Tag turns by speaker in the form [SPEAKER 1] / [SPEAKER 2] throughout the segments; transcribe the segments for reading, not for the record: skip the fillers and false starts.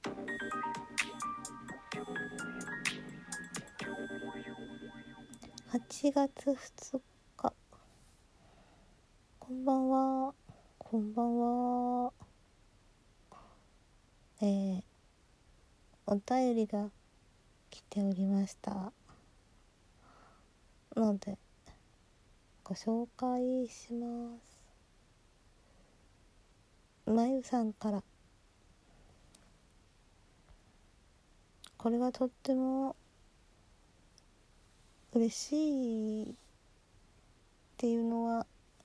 [SPEAKER 1] 8月2日、こんばんは。こんばんは。お便りが来ておりましたのでご紹介します。まゆさんから、これはとっても嬉しいっていうのは、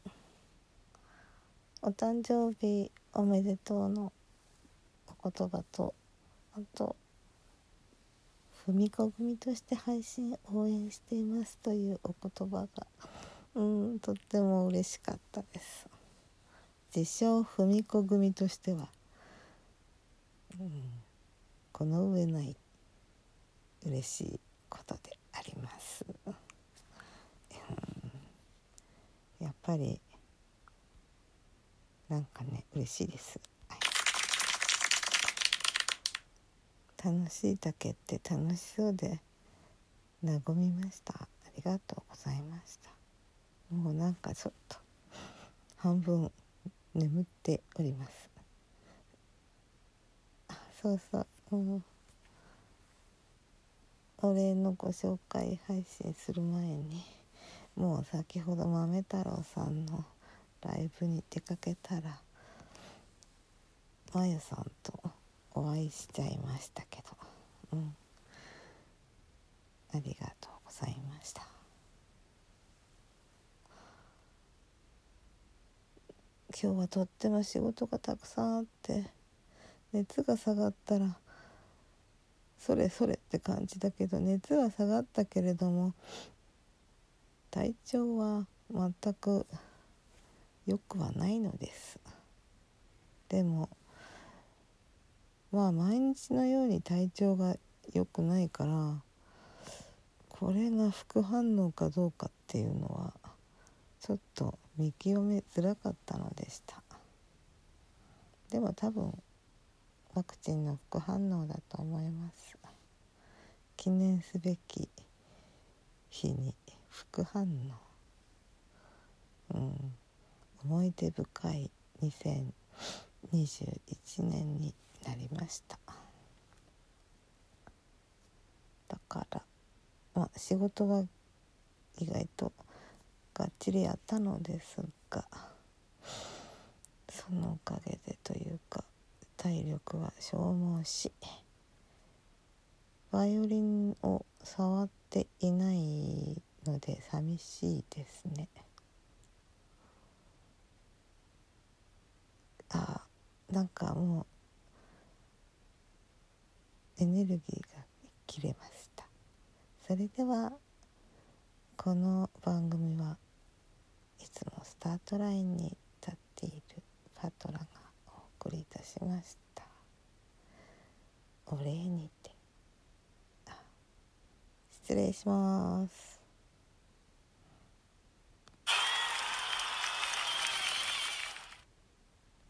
[SPEAKER 1] お誕生日おめでとうのお言葉と、あと踏みこ組として配信応援していますというお言葉がとっても嬉しかったです。自称踏みこ組としては、この上ない嬉しいことであります。やっぱりなんかね、嬉しいです。楽しいだけって楽しそうで和みました。ありがとうございました。もうなんかちょっと半分眠っております。そうそう、お礼のご紹介配信する前に、もう先ほど豆太郎さんのライブに出かけたらまゆさんとお会いしちゃいましたけど、ありがとうございました。今日はとっても仕事がたくさんあって、熱が下がったらそれそれって感じだけど、熱は下がったけれども体調は全く良くはないのです。でも毎日のように体調が良くないから、これが副反応かどうかっていうのはちょっと見極めづらかったのでした。でも多分ワクチンの副反応だと思います。記念すべき日に副反応、思い出深い2021年になりました。だから仕事は意外とがっちりやったのですが、そのおかげでというか体力は消耗し、バイオリンを触っていないので寂しいですね。なんかもうエネルギーが切れました。それではこの番組はいつもスタートラインに立っているパトラがお送りいたしました。お礼にて失礼します。